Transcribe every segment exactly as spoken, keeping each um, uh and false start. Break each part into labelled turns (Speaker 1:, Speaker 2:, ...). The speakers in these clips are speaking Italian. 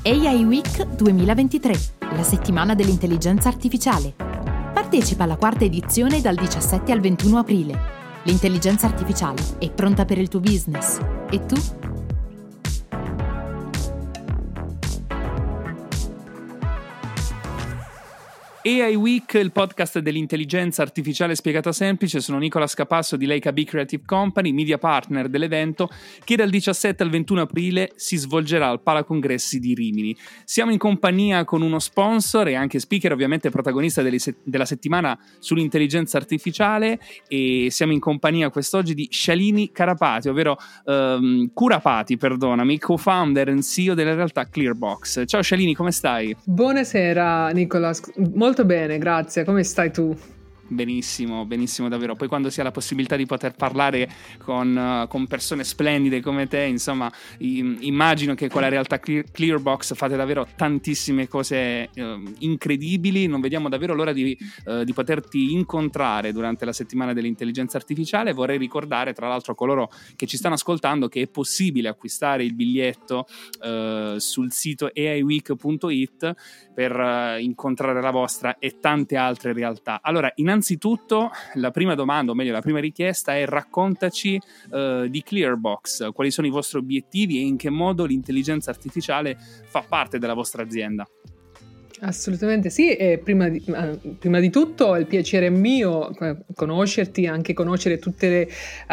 Speaker 1: A I Week duemilaventitré, la settimana dell'intelligenza artificiale. Partecipa alla quarta edizione dal diciassette al ventuno aprile. L'intelligenza artificiale è pronta per il tuo business. E tu?
Speaker 2: A I Week, il podcast dell'intelligenza artificiale spiegata semplice. Sono Nicola Scapasso di Leica B Creative Company, media partner dell'evento che dal diciassette al ventuno aprile si svolgerà al Palacongressi di Rimini. Siamo in compagnia con uno sponsor e anche speaker, ovviamente protagonista se- della settimana sull'intelligenza artificiale, e siamo in compagnia quest'oggi di Shalini Karapati, ovvero um, Kurapati, perdonami, co-founder e C E O della realtà Clearbox. Ciao Shalini, come stai?
Speaker 3: Buonasera Nicola, molto bene, grazie. Come stai tu?
Speaker 2: Benissimo, benissimo davvero. Poi quando si ha la possibilità di poter parlare con, uh, con persone splendide come te, insomma, i, immagino che con la realtà Clear, Clearbox fate davvero tantissime cose uh, incredibili. Non vediamo davvero l'ora di, uh, di poterti incontrare durante la settimana dell'intelligenza artificiale. Vorrei ricordare tra l'altro a coloro che ci stanno ascoltando che è possibile acquistare il biglietto uh, sul sito a i week punto it per uh, incontrare la vostra e tante altre realtà. Allora, innanzitutto la prima domanda, o meglio la prima richiesta è: raccontaci uh, di Clearbox, quali sono i vostri obiettivi e in che modo l'intelligenza artificiale fa parte della vostra azienda.
Speaker 3: Assolutamente sì, e prima di, eh, prima di tutto è il piacere mio eh, conoscerti, anche conoscere tutte le uh,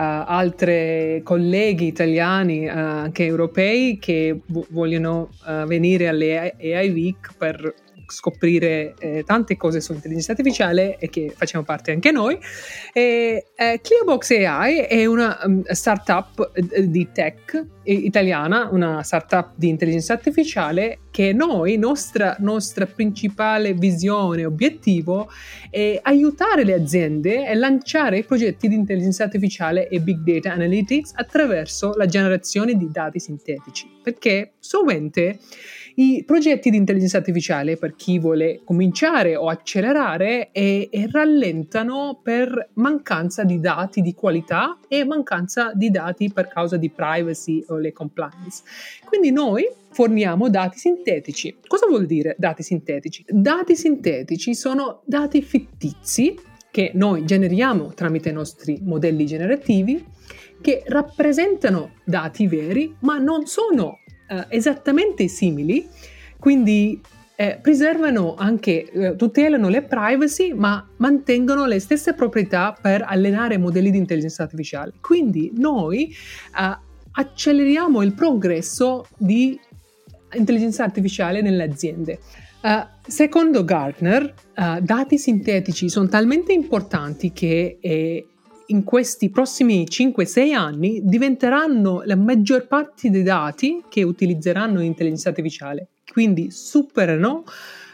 Speaker 3: altre colleghi italiani, uh, anche europei, che v- vogliono uh, venire alle A I Week per scoprire eh, tante cose sull'intelligenza artificiale e che facciamo parte anche noi. E, eh, Clearbox A I è una um, startup eh, di tech eh, italiana, una startup di intelligenza artificiale che noi, nostra, nostra principale visione e obiettivo è aiutare le aziende a lanciare progetti di intelligenza artificiale e big data analytics attraverso la generazione di dati sintetici, perché sovente i progetti di intelligenza artificiale, per chi vuole cominciare o accelerare, e, e rallentano per mancanza di dati di qualità e mancanza di dati per causa di privacy o le compliance. Quindi noi forniamo dati sintetici. Cosa vuol dire dati sintetici? Dati sintetici sono dati fittizi che noi generiamo tramite i nostri modelli generativi, che rappresentano dati veri ma non sono Uh, esattamente simili, quindi eh, preservano anche, eh, tutelano le privacy, ma mantengono le stesse proprietà per allenare modelli di intelligenza artificiale. Quindi noi uh, acceleriamo il progresso di intelligenza artificiale nelle aziende. Uh, secondo Gartner, uh, dati sintetici sono talmente importanti che eh, in questi prossimi cinque sei anni diventeranno la maggior parte dei dati che utilizzeranno l'intelligenza artificiale, quindi superano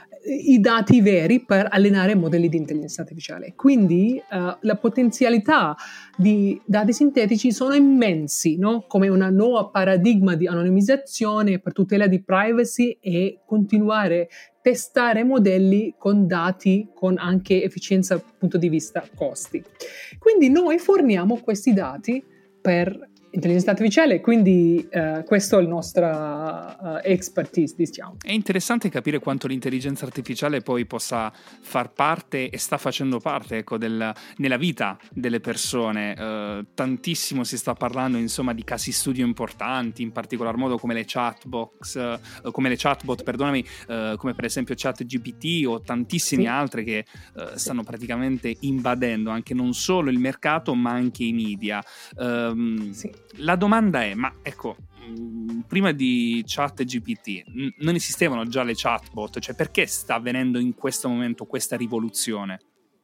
Speaker 3: i dati veri per allenare modelli di intelligenza artificiale. Quindi uh, la potenzialità di dati sintetici sono immensi, no? Come una nuova paradigma di anonimizzazione per tutela di privacy e continuare a testare modelli con dati con anche efficienza dal punto di vista costi. Quindi noi forniamo questi dati per intelligenza artificiale, quindi uh, questo è il nostro uh, expertise, diciamo.
Speaker 2: È interessante capire quanto l'intelligenza artificiale poi possa far parte e sta facendo parte, ecco, del, nella vita delle persone. Uh, tantissimo si sta parlando, insomma, di casi studio importanti, in particolar modo come le chatbox, uh, come le chatbot, perdonami, uh, come per esempio ChatGPT o tantissime sì. altre che uh, sì. stanno praticamente invadendo anche non solo il mercato ma anche i media. Um, sì. La domanda è, ma ecco, mh, prima di ChatGPT mh, non esistevano già le chatbot? Cioè, perché sta avvenendo in questo momento questa rivoluzione?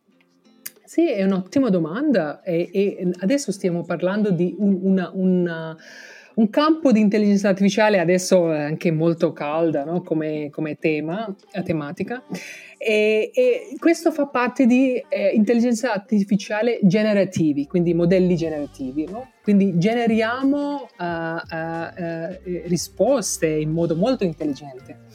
Speaker 3: Sì, è un'ottima domanda e, e adesso stiamo parlando di un, una, una, un campo di intelligenza artificiale adesso anche molto calda, no? come, come tema, tematica. E, e questo fa parte di eh, intelligenza artificiale generativi, quindi modelli generativi, no? Quindi generiamo uh, uh, uh, risposte in modo molto intelligente.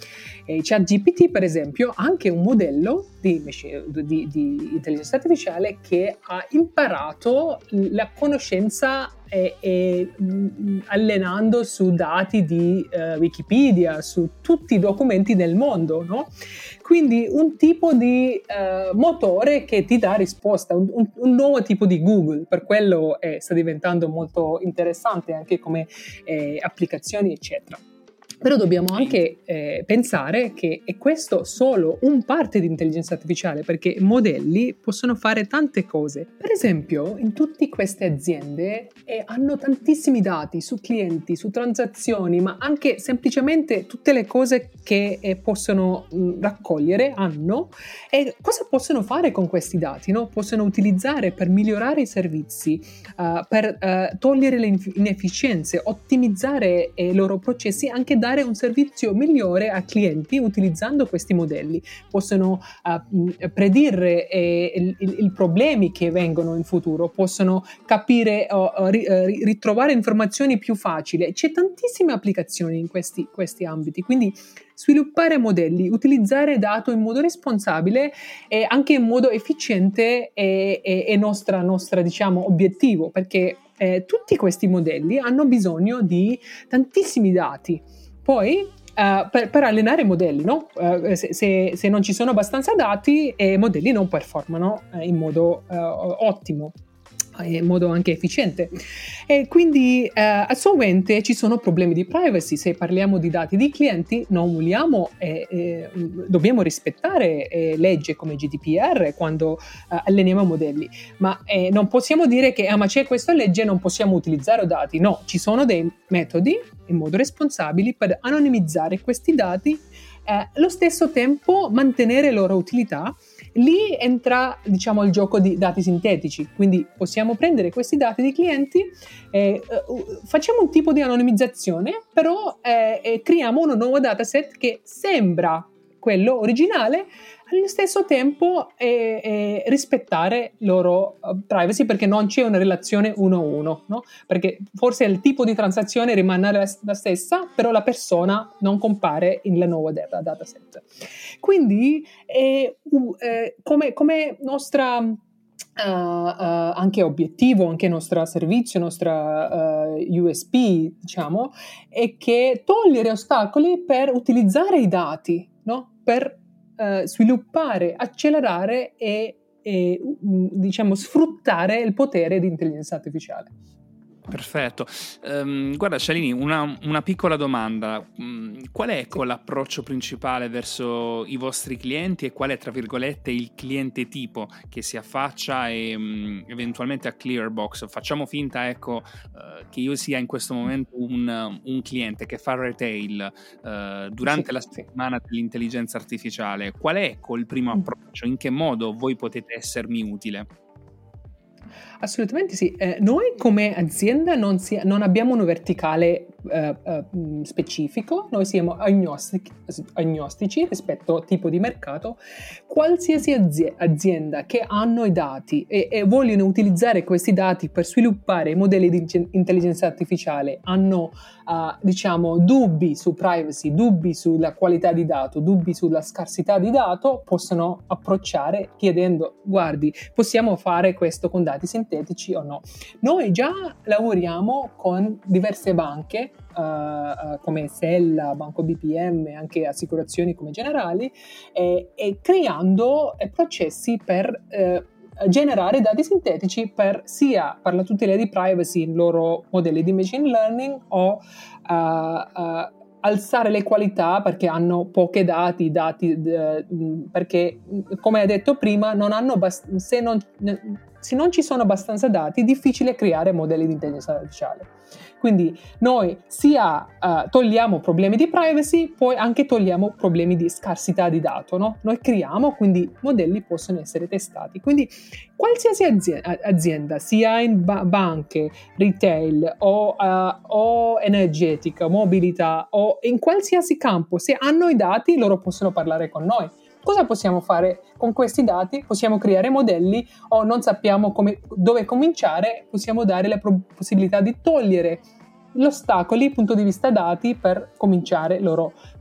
Speaker 3: E ChatGPT, per esempio, ha anche un modello di, di, di intelligenza artificiale che ha imparato la conoscenza e, e mh, allenando su dati di uh, Wikipedia, su tutti i documenti del mondo, no? Quindi un tipo di uh, motore che ti dà risposta, un, un, un nuovo tipo di Google. Per quello eh, sta diventando molto interessante anche come eh, applicazioni, eccetera. Però dobbiamo anche eh, pensare che è questo solo un parte di intelligenza artificiale, perché i modelli possono fare tante cose. Per esempio, in tutte queste aziende eh, hanno tantissimi dati su clienti, su transazioni, ma anche semplicemente tutte le cose che eh, possono mh, raccogliere, hanno, e cosa possono fare con questi dati? No? Possono utilizzare per migliorare i servizi, uh, per uh, togliere le inefficienze, ottimizzare eh, i loro processi, anche da dare un servizio migliore a clienti utilizzando questi modelli. Possono uh, predire eh, i problemi che vengono in futuro, possono capire o uh, ri, uh, ritrovare informazioni più facili. C'è tantissime applicazioni in questi, questi ambiti, quindi sviluppare modelli, utilizzare dati in modo responsabile e anche in modo efficiente è, è, è nostra, nostra diciamo, obiettivo, perché eh, tutti questi modelli hanno bisogno di tantissimi dati. Poi uh, per, per allenare i modelli, no? uh, se, se, se non ci sono abbastanza dati, i eh, modelli non performano uh, in modo uh, ottimo, in modo anche efficiente. E quindi uh, attualmente ci sono problemi di privacy. Se parliamo di dati di clienti, non vogliamo eh, eh, dobbiamo rispettare eh, leggi come G D P R quando uh, alleniamo modelli, ma eh, non possiamo dire che ah, ma c'è questa legge, non possiamo utilizzare dati. No, ci sono dei metodi in modo responsabile per anonimizzare questi dati, eh, allo stesso tempo mantenere loro utilità. Lì entra, diciamo, il gioco di dati sintetici, quindi possiamo prendere questi dati di clienti, eh, uh, facciamo un tipo di anonimizzazione, però eh, eh, creiamo un nuovo dataset che sembra quello originale, allo stesso tempo eh, eh, rispettare loro uh, privacy, perché non c'è una relazione uno a uno, no? Perché forse il tipo di transazione rimane la, la stessa, però la persona non compare nella nuova data, dataset. Quindi eh, uh, eh, come, come nostra Uh, uh, anche obiettivo, anche nostro servizio, nostra uh, U S P, diciamo, è che togliere ostacoli per utilizzare i dati, no? Per uh, sviluppare, accelerare e, e diciamo sfruttare il potere di intelligenza artificiale.
Speaker 2: Perfetto. Um, guarda Shalini, una, una piccola domanda. Um, qual è ecco, l'approccio principale verso i vostri clienti e qual è, tra virgolette, il cliente tipo che si affaccia e um, eventualmente a Clearbox? Facciamo finta ecco, uh, che io sia in questo momento un, un cliente che fa retail uh, durante sì, la settimana sì. dell'intelligenza artificiale. Qual è ecco, il primo approccio? In che modo voi potete essermi utile?
Speaker 3: Assolutamente sì. Eh, noi come azienda non, si, non abbiamo un verticale eh, eh, specifico, noi siamo agnostici, agnostici rispetto al tipo di mercato. Qualsiasi azienda che hanno i dati e, e vogliono utilizzare questi dati per sviluppare modelli di intelligenza artificiale, hanno uh, diciamo dubbi su privacy, dubbi sulla qualità di dato, dubbi sulla scarsità di dato, possono approcciare chiedendo: guardi, possiamo fare questo con dati sintetici o no? Noi già lavoriamo con diverse banche uh, uh, come Sella, Banco B P M, anche assicurazioni come Generali, e, e creando eh, processi per eh, generare dati sintetici per sia per la tutela di privacy in loro modelli di machine learning o uh, uh, alzare le qualità perché hanno pochi dati, dati uh, perché come hai detto prima non hanno bast- se, non, se non ci sono abbastanza dati è difficile creare modelli di intelligenza artificiale. Quindi noi sia uh, togliamo problemi di privacy, poi anche togliamo problemi di scarsità di dato, no? Noi creiamo, quindi modelli possono essere testati. Quindi qualsiasi azienda, azienda sia in ba- banche, retail o, uh, o energetica, mobilità o in qualsiasi campo, se hanno i dati loro possono parlare con noi. Cosa possiamo fare con questi dati? Possiamo creare modelli o non sappiamo come, dove cominciare, possiamo dare la pro- possibilità di togliere gli ostacoli, punto di vista dati, per cominciare loro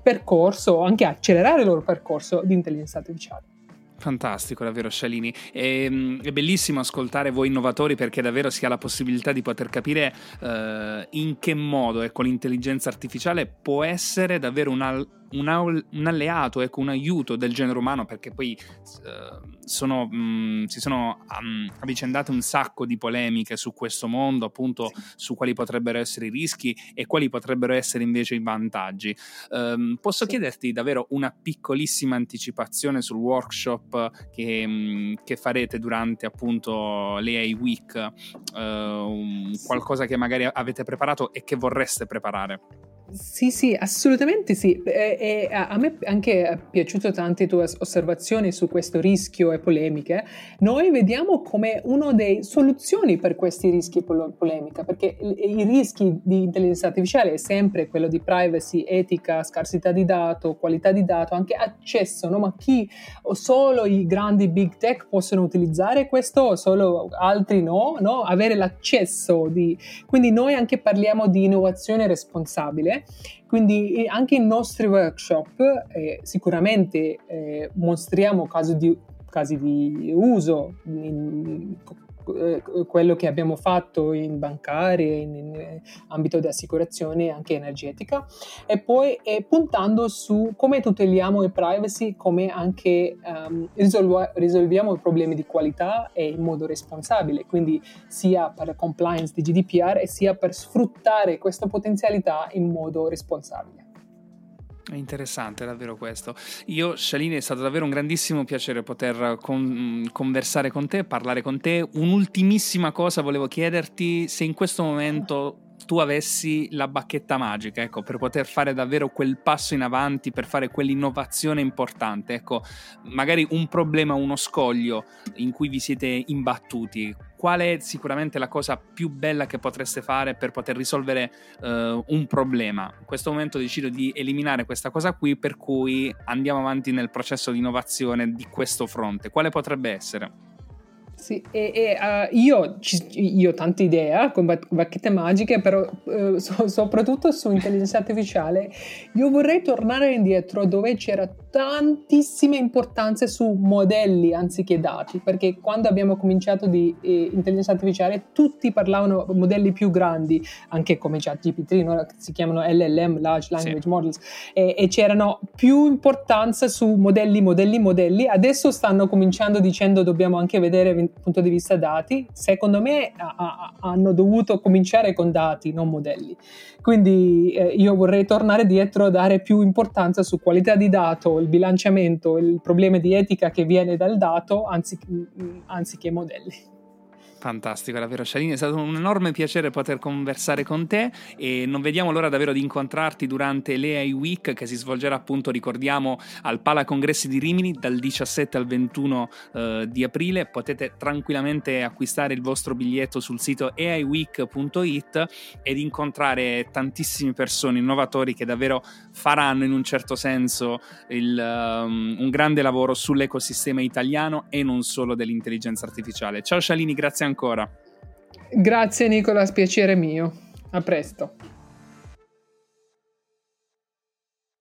Speaker 3: percorso, anche accelerare il loro percorso di intelligenza artificiale.
Speaker 2: Fantastico, davvero Scialini. È, è bellissimo ascoltare voi innovatori, perché davvero si ha la possibilità di poter capire eh, in che modo, ecco, l'intelligenza artificiale può essere davvero un, al, un, al, un alleato, ecco, un aiuto del genere umano, perché poi eh, sono, mh, si sono um, avvicendate un sacco di polemiche su questo mondo, appunto su quali potrebbero essere i rischi e quali potrebbero essere invece i vantaggi. Um, posso sì. chiederti davvero una piccolissima anticipazione sul workshop che, che farete durante appunto l'A I Week, uh, un, qualcosa che magari avete preparato e che vorreste preparare?
Speaker 3: Sì, sì, assolutamente sì. E, e a me anche è piaciuto tante tue osservazioni su questo rischio e polemiche. Noi vediamo come una delle soluzioni per questi rischi e polemica, perché i rischi di intelligenza artificiale è sempre quello di privacy, etica, scarsità di dato, qualità di dato, anche accesso, no? Ma chi o solo i grandi big tech possono utilizzare questo o solo altri no? No? Avere l'accesso di... Quindi noi anche parliamo di innovazione responsabile. Quindi anche i nostri workshop eh, sicuramente eh, mostriamo casi di, casi di uso, in, eh, quello che abbiamo fatto in bancarie, in, in ambito di assicurazione e anche energetica, e poi eh, puntando su come tuteliamo il privacy, come anche um, risolv- risolviamo i problemi di qualità e in modo responsabile, quindi sia per la compliance di G D P R e sia per sfruttare questa potenzialità in modo responsabile.
Speaker 2: È interessante davvero questo. Io, Scialini, è stato davvero un grandissimo piacere poter con, conversare con te, parlare con te. Un'ultimissima cosa volevo chiederti: se in questo momento tu avessi la bacchetta magica, ecco, per poter fare davvero quel passo in avanti, per fare quell'innovazione importante, ecco, magari un problema, uno scoglio in cui vi siete imbattuti, qual è sicuramente la cosa più bella che potreste fare per poter risolvere uh, un problema? In questo momento decido di eliminare questa cosa qui, per cui andiamo avanti nel processo di innovazione di questo fronte. Quale potrebbe essere?
Speaker 3: Sì, e, e uh, io, io ho tante idee con bacchette magiche, però uh, so, soprattutto su intelligenza artificiale io vorrei tornare indietro dove c'era tantissima importanza su modelli anziché dati, perché quando abbiamo cominciato di eh, intelligenza artificiale tutti parlavano modelli più grandi, anche come ChatGPT, no? Si chiamano L L M, Large Language sì. Models, e, e c'erano più importanza su modelli, modelli, modelli. Adesso stanno cominciando dicendo dobbiamo anche vedere dal punto di vista dati. Secondo me a, a, hanno dovuto cominciare con dati, non modelli. Quindi eh, io vorrei tornare dietro a dare più importanza su qualità di dato, il bilanciamento, il problema di etica che viene dal dato anziché, anziché modelli.
Speaker 2: Fantastico, davvero Scialini, è stato un enorme piacere poter conversare con te e non vediamo l'ora davvero di incontrarti durante l'A I Week, che si svolgerà appunto, ricordiamo, al Pala Congressi di Rimini dal diciassette al ventuno eh, di aprile. Potete tranquillamente acquistare il vostro biglietto sul sito a i week punto it ed incontrare tantissime persone, innovatori che davvero faranno in un certo senso il, um, un grande lavoro sull'ecosistema italiano e non solo dell'intelligenza artificiale. Ciao Scialini, grazie ancora.
Speaker 3: Grazie Nicolas, piacere mio. A presto.